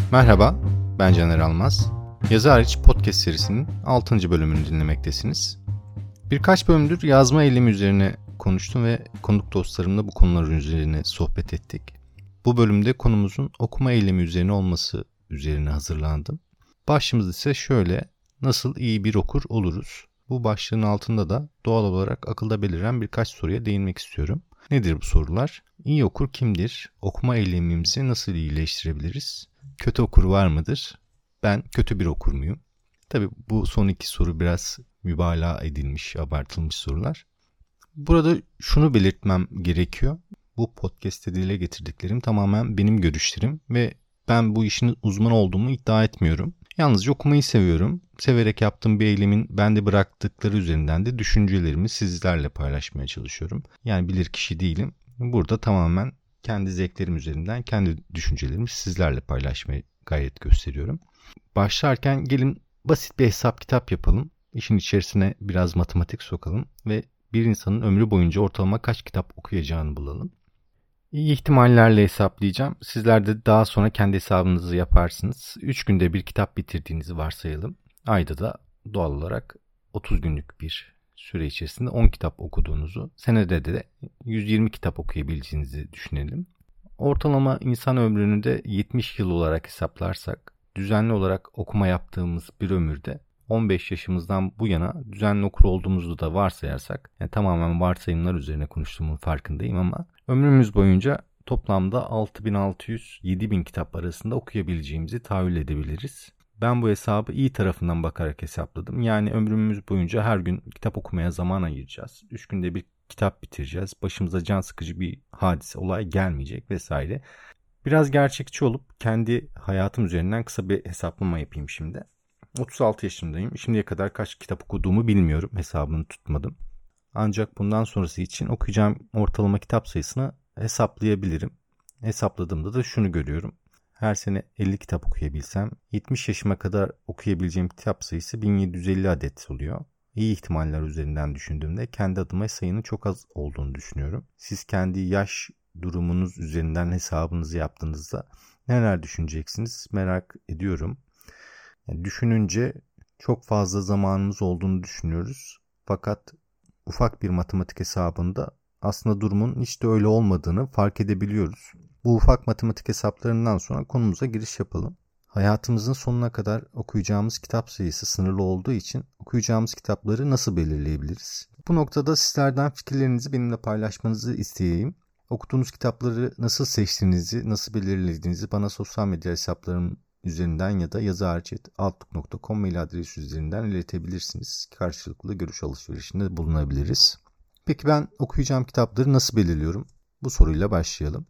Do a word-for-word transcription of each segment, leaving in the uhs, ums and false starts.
Merhaba, ben Caner Almaz. Yazı Hariç podcast serisinin altıncı bölümünü dinlemektesiniz. Birkaç bölümdür yazma eylemi üzerine konuştum ve konuk dostlarımla bu konular üzerine sohbet ettik. Bu bölümde konumuzun okuma eylemi üzerine olması üzerine hazırlandım. Başlığımız ise şöyle: nasıl iyi bir okur oluruz? Bu başlığın altında da doğal olarak akılda beliren birkaç soruya değinmek istiyorum. Nedir bu sorular? İyi okur kimdir? Okuma eylemimizi nasıl iyileştirebiliriz? Kötü okur var mıdır? Ben kötü bir okur muyum? Tabii bu son iki soru biraz mübalağa edilmiş, abartılmış sorular. Burada şunu belirtmem gerekiyor. Bu podcast'te dile getirdiklerim tamamen benim görüşlerim ve ben bu işin uzmanı olduğumu iddia etmiyorum. Yalnızca okumayı seviyorum. Severek yaptığım bir eylemin bende bıraktıkları üzerinden de düşüncelerimi sizlerle paylaşmaya çalışıyorum. Yani bilir kişi değilim. Burada tamamen kendi zevklerim üzerinden kendi düşüncelerimi sizlerle paylaşmaya gayret gösteriyorum. Başlarken gelin basit bir hesap kitap yapalım. İşin içerisine biraz matematik sokalım ve bir insanın ömrü boyunca ortalama kaç kitap okuyacağını bulalım. İyi ihtimallerle hesaplayacağım. Sizler de daha sonra kendi hesabınızı yaparsınız. üç günde bir kitap bitirdiğinizi varsayalım. Ayda da doğal olarak otuz günlük bir süre içerisinde on kitap okuduğunuzu, senede de yüz yirmi kitap okuyabileceğinizi düşünelim. Ortalama insan ömrünü de yetmiş yıl olarak hesaplarsak, düzenli olarak okuma yaptığımız bir ömürde on beş yaşımızdan bu yana düzenli okur olduğumuzu da varsayarsak, yani tamamen varsayımlar üzerine konuştuğumun farkındayım ama ömrümüz boyunca toplamda altı bin altı yüz yedi bin kitap arasında okuyabileceğimizi tahayyül edebiliriz. Ben bu hesabı iyi tarafından bakarak hesapladım. Yani ömrümüz boyunca her gün kitap okumaya zaman ayıracağız. üç günde bir kitap bitireceğiz. Başımıza can sıkıcı bir hadise, olay gelmeyecek vesaire. Biraz gerçekçi olup kendi hayatım üzerinden kısa bir hesaplama yapayım şimdi. otuz altı yaşındayım. Şimdiye kadar kaç kitap okuduğumu bilmiyorum. Hesabını tutmadım. Ancak bundan sonrası için okuyacağım ortalama kitap sayısını hesaplayabilirim. Hesapladığımda da şunu görüyorum. Her sene elli kitap okuyabilsem yetmiş yaşıma kadar okuyabileceğim kitap sayısı bin yedi yüz elli adet oluyor. İyi ihtimaller üzerinden düşündüğümde kendi adıma sayının çok az olduğunu düşünüyorum. Siz kendi yaş durumunuz üzerinden hesabınızı yaptığınızda neler düşüneceksiniz merak ediyorum. Yani düşününce çok fazla zamanımız olduğunu düşünüyoruz. Fakat ufak bir matematik hesabında aslında durumun hiç de öyle olmadığını fark edebiliyoruz. Bu ufak matematik hesaplarından sonra konumuza giriş yapalım. Hayatımızın sonuna kadar okuyacağımız kitap sayısı sınırlı olduğu için okuyacağımız kitapları nasıl belirleyebiliriz? Bu noktada sizlerden fikirlerinizi benimle paylaşmanızı isteyeyim. Okuduğunuz kitapları nasıl seçtiğinizi, nasıl belirlediğinizi bana sosyal medya hesaplarım üzerinden ya da yazı hariç et outlook nokta com mail adresi üzerinden iletebilirsiniz. Karşılıklı görüş alışverişinde bulunabiliriz. Peki ben okuyacağım kitapları nasıl belirliyorum? Bu soruyla başlayalım.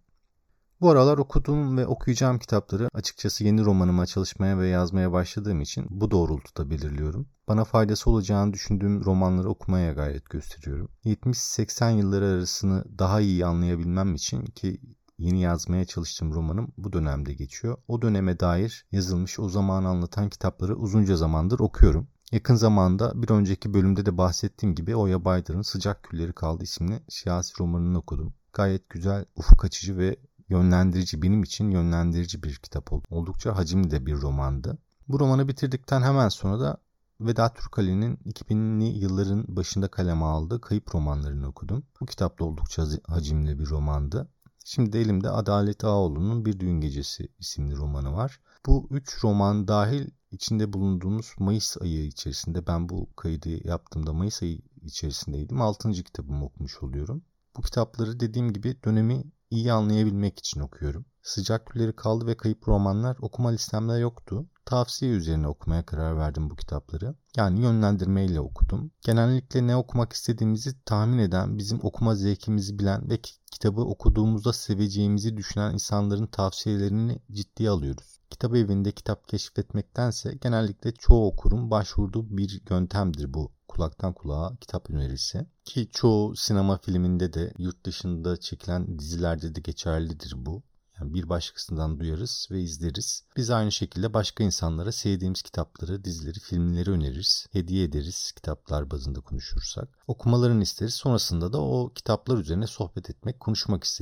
Bu aralar okuduğum ve okuyacağım kitapları açıkçası yeni romanıma çalışmaya ve yazmaya başladığım için bu doğrultuda belirliyorum. Bana faydası olacağını düşündüğüm romanları okumaya gayret gösteriyorum. yetmiş seksen yılları arasını daha iyi anlayabilmem için ki yeni yazmaya çalıştığım romanım bu dönemde geçiyor. O döneme dair yazılmış, o zamanı anlatan kitapları uzunca zamandır okuyorum. Yakın zamanda bir önceki bölümde de bahsettiğim gibi Oya Baydar'ın Sıcak Külleri Kaldı isimli siyasi romanını okudum. Gayet güzel, ufuk açıcı ve yönlendirici, benim için yönlendirici bir kitap oldu. Oldukça hacimli de bir romandı. Bu romanı bitirdikten hemen sonra da Vedat Türkali'nin iki binli yılların başında kaleme aldığı Kayıp romanlarını okudum. Bu kitap da oldukça hacimli bir romandı. Şimdi de elimde Adalet Ağaoğlu'nun Bir Düğün Gecesi isimli romanı var. Bu üç roman dahil içinde bulunduğumuz Mayıs ayı içerisinde, ben bu kaydı yaptığımda Mayıs ayı içerisindeydim. altıncı kitabımı okumuş oluyorum. Bu kitapları dediğim gibi dönemi iyi anlayabilmek için okuyorum. Sıcak Külleri Kaldı ve Kayıp romanlar okuma listemde yoktu. Tavsiye üzerine okumaya karar verdim bu kitapları. Yani yönlendirmeyle okudum. Genellikle ne okumak istediğimizi tahmin eden, bizim okuma zevkimizi bilen ve kitabı okuduğumuzda seveceğimizi düşünen insanların tavsiyelerini ciddiye alıyoruz. Kitap evinde kitap keşfetmektense genellikle çoğu okurun başvurduğu bir yöntemdir bu. Kulaktan kulağa kitap önerisi. Ki çoğu sinema filminde de, yurt dışında çekilen dizilerde de geçerlidir bu. Yani bir başkasından duyarız ve izleriz. Biz aynı şekilde başka insanlara sevdiğimiz kitapları, dizileri, filmleri öneririz. Hediye ederiz kitaplar bazında konuşursak. Okumalarını isteriz. Sonrasında da o kitaplar üzerine sohbet etmek, konuşmak isteriz.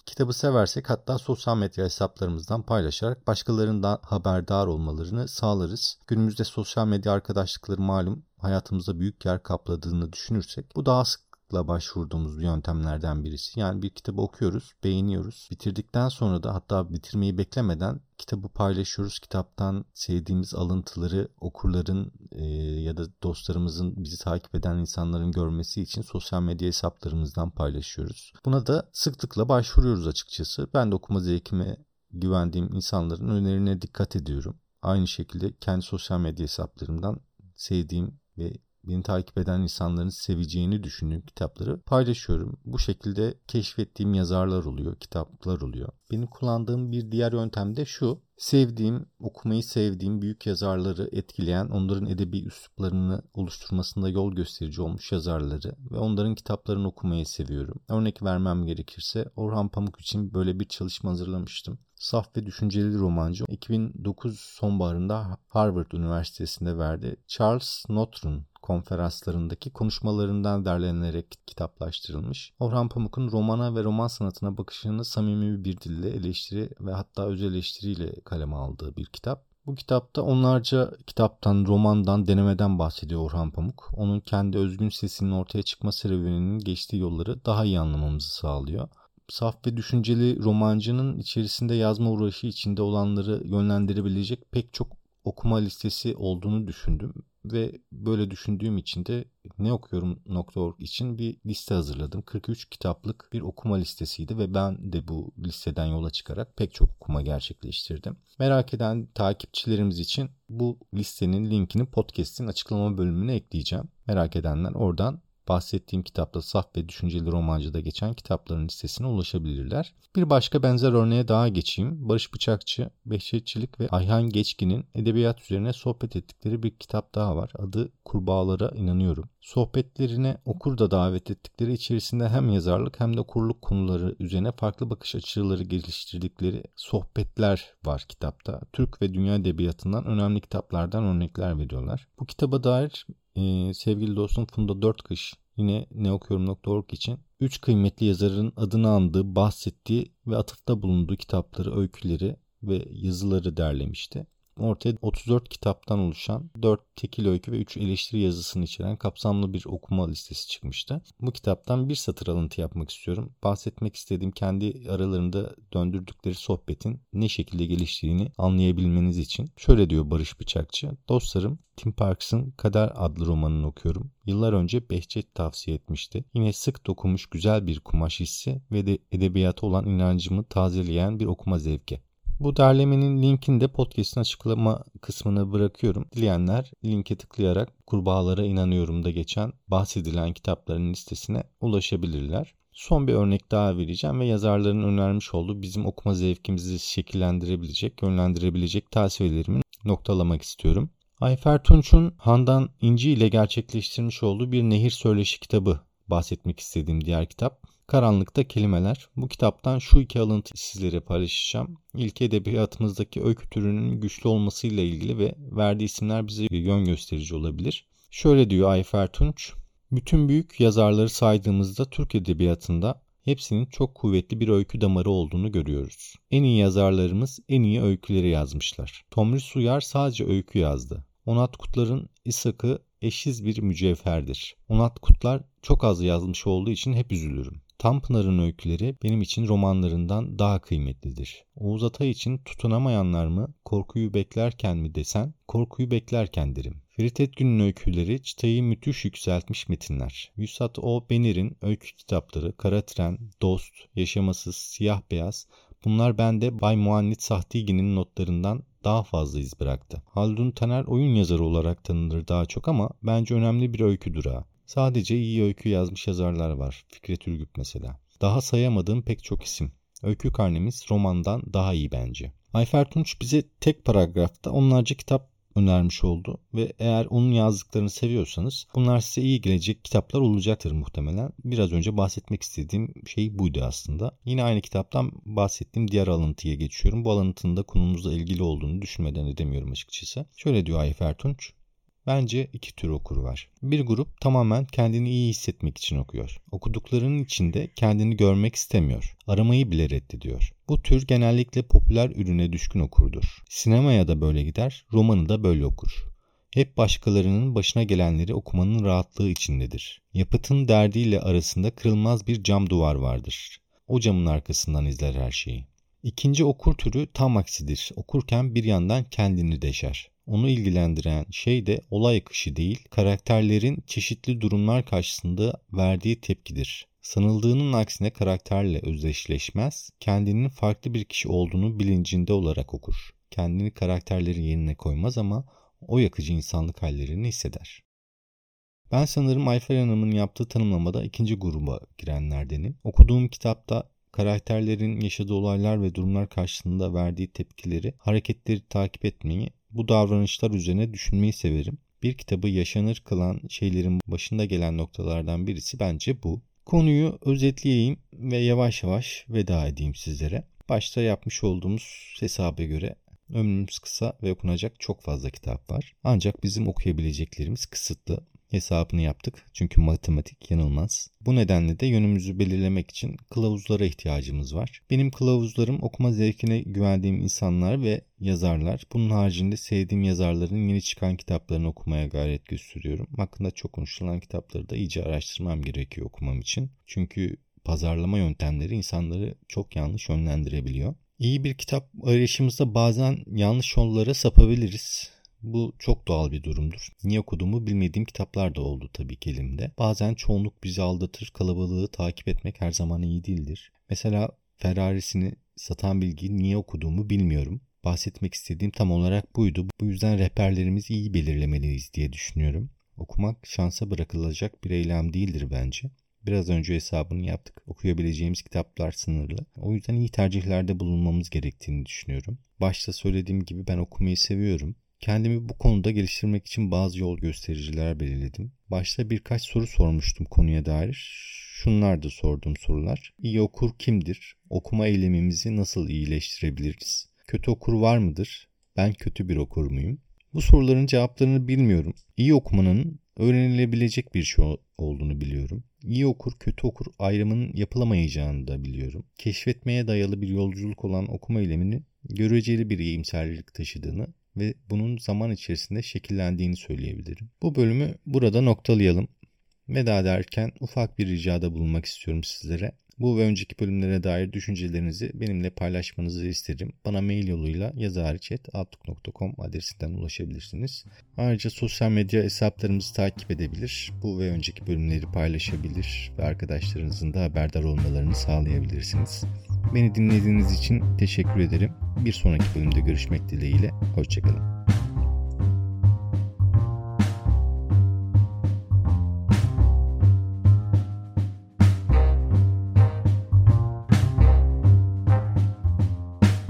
Kitabı seversek hatta sosyal medya hesaplarımızdan paylaşarak başkalarından haberdar olmalarını sağlarız. Günümüzde sosyal medya arkadaşlıkları malum hayatımızda büyük yer kapladığını düşünürsek bu daha sık başvurduğumuz yöntemlerden birisi. Yani bir kitabı okuyoruz, beğeniyoruz. Bitirdikten sonra da hatta bitirmeyi beklemeden kitabı paylaşıyoruz. Kitaptan sevdiğimiz alıntıları okurların e, ya da dostlarımızın, bizi takip eden insanların görmesi için sosyal medya hesaplarımızdan paylaşıyoruz. Buna da sıklıkla başvuruyoruz açıkçası. Ben de okuma zevkime güvendiğim insanların önerilerine dikkat ediyorum. Aynı şekilde kendi sosyal medya hesaplarımdan sevdiğim ve beni takip eden insanların seveceğini düşündüğüm kitapları paylaşıyorum. Bu şekilde keşfettiğim yazarlar oluyor, kitaplar oluyor. Benim kullandığım bir diğer yöntem de şu. Sevdiğim, okumayı sevdiğim büyük yazarları etkileyen, onların edebi üsluplarını oluşturmasında yol gösterici olmuş yazarları ve onların kitaplarını okumayı seviyorum. Örnek vermem gerekirse Orhan Pamuk için böyle bir çalışma hazırlamıştım. Saf ve düşünceli romancı iki bin dokuz sonbaharında Harvard Üniversitesi'nde verdi. Charles Northron konferanslarındaki konuşmalarından derlenerek kitaplaştırılmış. Orhan Pamuk'un romana ve roman sanatına bakışını samimi bir dille eleştiri ve hatta öz eleştiriyle kaleme aldığı bir kitap. Bu kitapta onlarca kitaptan, romandan, denemeden bahsediyor Orhan Pamuk. Onun kendi özgün sesinin ortaya çıkma serüveninin geçtiği yolları daha iyi anlamamızı sağlıyor. Saf ve düşünceli romancının içerisinde yazma uğraşı içinde olanları yönlendirebilecek pek çok okuma listesi olduğunu düşündüm. Ve böyle düşündüğüm için de ne okuyorum nokta org için bir liste hazırladım. kırk üç kitaplık bir okuma listesiydi ve ben de bu listeden yola çıkarak pek çok okuma gerçekleştirdim. Merak eden takipçilerimiz için bu listenin linkini podcast'in açıklama bölümüne ekleyeceğim. Merak edenler oradan bahsettiğim kitapta Saf ve Düşünceli Romancı'da geçen kitapların listesine ulaşabilirler. Bir başka benzer örneğe daha geçeyim. Barış Bıçakçı, Behçet Çelik ve Ayhan Geçkin'in edebiyat üzerine sohbet ettikleri bir kitap daha var. Adı Kurbağalara İnanıyorum. Sohbetlerine okur da davet ettikleri içerisinde hem yazarlık hem de okurluk konuları üzerine farklı bakış açıları geliştirdikleri sohbetler var kitapta. Türk ve dünya edebiyatından önemli kitaplardan örnekler veriyorlar. Bu kitaba dair Ee, sevgili dostum Funda Dörtkış yine ne okuyorum nokta org için üç kıymetli yazarın adını andığı, bahsettiği ve atıfta bulunduğu kitapları, öyküleri ve yazıları derlemişti. Ortaya otuz dört kitaptan oluşan dört tekil öykü ve üç eleştiri yazısını içeren kapsamlı bir okuma listesi çıkmıştı. Bu kitaptan bir satır alıntı yapmak istiyorum. Bahsetmek istediğim kendi aralarında döndürdükleri sohbetin ne şekilde geliştiğini anlayabilmeniz için. Şöyle diyor Barış Bıçakçı. Dostlarım, Tim Parks'ın Kader adlı romanını okuyorum. Yıllar önce Behçet tavsiye etmişti. Yine sık dokunmuş güzel bir kumaş hissi ve de edebiyata olan inancımı tazeleyen bir okuma zevki. Bu derlemenin linkini de podcast'ın açıklama kısmına bırakıyorum. Dileyenler linke tıklayarak Kurbağalara İnanıyorum'da geçen bahsedilen kitapların listesine ulaşabilirler. Son bir örnek daha vereceğim ve yazarların önermiş olduğu bizim okuma zevkimizi şekillendirebilecek, yönlendirebilecek tavsiyelerimi noktalamak istiyorum. Ayfer Tunç'un Handan İnci ile gerçekleştirmiş olduğu bir nehir söyleşi kitabı bahsetmek istediğim diğer kitap. Karanlıkta Kelimeler. Bu kitaptan şu iki alıntı sizlere paylaşacağım. İlk edebiyatımızdaki öykü türünün güçlü olmasıyla ilgili ve verdiği isimler bize yön gösterici olabilir. Şöyle diyor Ayfer Tunç. Bütün büyük yazarları saydığımızda Türk edebiyatında hepsinin çok kuvvetli bir öykü damarı olduğunu görüyoruz. En iyi yazarlarımız en iyi öyküleri yazmışlar. Tomris Uyar sadece öykü yazdı. Onat Kutlar'ın İshak'ı eşsiz bir mücevherdir. Onat Kutlar çok az yazmış olduğu için hep üzülürüm. Tanpınar'ın öyküleri benim için romanlarından daha kıymetlidir. Oğuz Atay için tutunamayanlar mı, korkuyu beklerken mi desen, korkuyu beklerken derim. Ferit Etgün'ün öyküleri çıtayı müthiş yükseltmiş metinler. Yusat O. Benir'in öykü kitapları, Kara Tren, Dost, Yaşamasız, Siyah Beyaz, bunlar bende Bay Muannit Sahtigi'nin notlarından daha fazla iz bıraktı. Haldun Taner oyun yazarı olarak tanınır daha çok ama bence önemli bir öykü durağı. Sadece iyi öykü yazmış yazarlar var. Fikret Ürgüp mesela. Daha sayamadığım pek çok isim. Öykü karnemiz romandan daha iyi bence. Ayfer Tunç bize tek paragrafta onlarca kitap önermiş oldu ve eğer onun yazdıklarını seviyorsanız bunlar size iyi gelecek kitaplar olacaktır muhtemelen. Biraz önce bahsetmek istediğim şey buydu aslında. Yine aynı kitaptan bahsettiğim diğer alıntıya geçiyorum. Bu alıntının da konumuzla ilgili olduğunu düşünmeden edemiyorum açıkçası. Şöyle diyor Ayfer Tunç. Bence iki tür okur var. Bir grup tamamen kendini iyi hissetmek için okuyor. Okuduklarının içinde kendini görmek istemiyor. Aramayı bile reddediyor. Bu tür genellikle popüler ürüne düşkün okurdur. Sinemaya da böyle gider, romanı da böyle okur. Hep başkalarının başına gelenleri okumanın rahatlığı içindedir. Yapıtın derdiyle arasında kırılmaz bir cam duvar vardır. O camın arkasından izler her şeyi. İkinci okur türü tam aksidir. Okurken bir yandan kendini deşer. Onu ilgilendiren şey de olay akışı değil, karakterlerin çeşitli durumlar karşısında verdiği tepkidir. Sanıldığının aksine karakterle özdeşleşmez, kendinin farklı bir kişi olduğunu bilincinde olarak okur. Kendini karakterlerin yerine koymaz ama o yakıcı insanlık hallerini hisseder. Ben sanırım Ayfer Hanım'ın yaptığı tanımlamada ikinci gruba girenlerdenim. Okuduğum kitapta karakterlerin yaşadığı olaylar ve durumlar karşısında verdiği tepkileri, hareketleri takip etmeyi, bu davranışlar üzerine düşünmeyi severim. Bir kitabı yaşanır kılan şeylerin başında gelen noktalardan birisi bence bu. Konuyu özetleyeyim ve yavaş yavaş veda edeyim sizlere. Başta yapmış olduğumuz hesaba göre ömrümüz kısa ve okunacak çok fazla kitap var. Ancak bizim okuyabileceklerimiz kısıtlı. Hesabını yaptık çünkü matematik yanılmaz. Bu nedenle de yönümüzü belirlemek için kılavuzlara ihtiyacımız var. Benim kılavuzlarım okuma zevkine güvendiğim insanlar ve yazarlar. Bunun haricinde sevdiğim yazarların yeni çıkan kitaplarını okumaya gayret gösteriyorum. Hakkında çok konuşulan kitapları da iyice araştırmam gerekiyor okumam için. Çünkü pazarlama yöntemleri insanları çok yanlış yönlendirebiliyor. İyi bir kitap arayışımızda bazen yanlış yollara sapabiliriz. Bu çok doğal bir durumdur. Niye okuduğumu bilmediğim kitaplar da oldu tabii ki elimde. Bazen çoğunluk bizi aldatır, kalabalığı takip etmek her zaman iyi değildir. Mesela Ferrari'sini satan bilgiyi niye okuduğumu bilmiyorum. Bahsetmek istediğim tam olarak buydu. Bu yüzden rehberlerimizi iyi belirlemeliyiz diye düşünüyorum. Okumak şansa bırakılacak bir eylem değildir bence. Biraz önce hesabını yaptık. Okuyabileceğimiz kitaplar sınırlı. O yüzden iyi tercihlerde bulunmamız gerektiğini düşünüyorum. Başta söylediğim gibi ben okumayı seviyorum. Kendimi bu konuda geliştirmek için bazı yol göstericiler belirledim. Başta birkaç soru sormuştum konuya dair. Şunlar da sorduğum sorular. İyi okur kimdir? Okuma eylemimizi nasıl iyileştirebiliriz? Kötü okur var mıdır? Ben kötü bir okur muyum? Bu soruların cevaplarını bilmiyorum. İyi okumanın öğrenilebilecek bir şey olduğunu biliyorum. İyi okur, kötü okur ayrımının yapılamayacağını da biliyorum. Keşfetmeye dayalı bir yolculuk olan okuma eyleminin göreceli bir iyimserlik taşıdığını ve bunun zaman içerisinde şekillendiğini söyleyebilirim. Bu bölümü burada noktalayalım. Veda ederken ufak bir ricada bulunmak istiyorum sizlere. Bu ve önceki bölümlere dair düşüncelerinizi benimle paylaşmanızı isterim. Bana mail yoluyla yazıhariç et outlook nokta com adresinden ulaşabilirsiniz. Ayrıca sosyal medya hesaplarımızı takip edebilir. Bu ve önceki bölümleri paylaşabilir ve arkadaşlarınızın da haberdar olmalarını sağlayabilirsiniz. Beni dinlediğiniz için teşekkür ederim. Bir sonraki bölümde görüşmek dileğiyle. Hoşçakalın.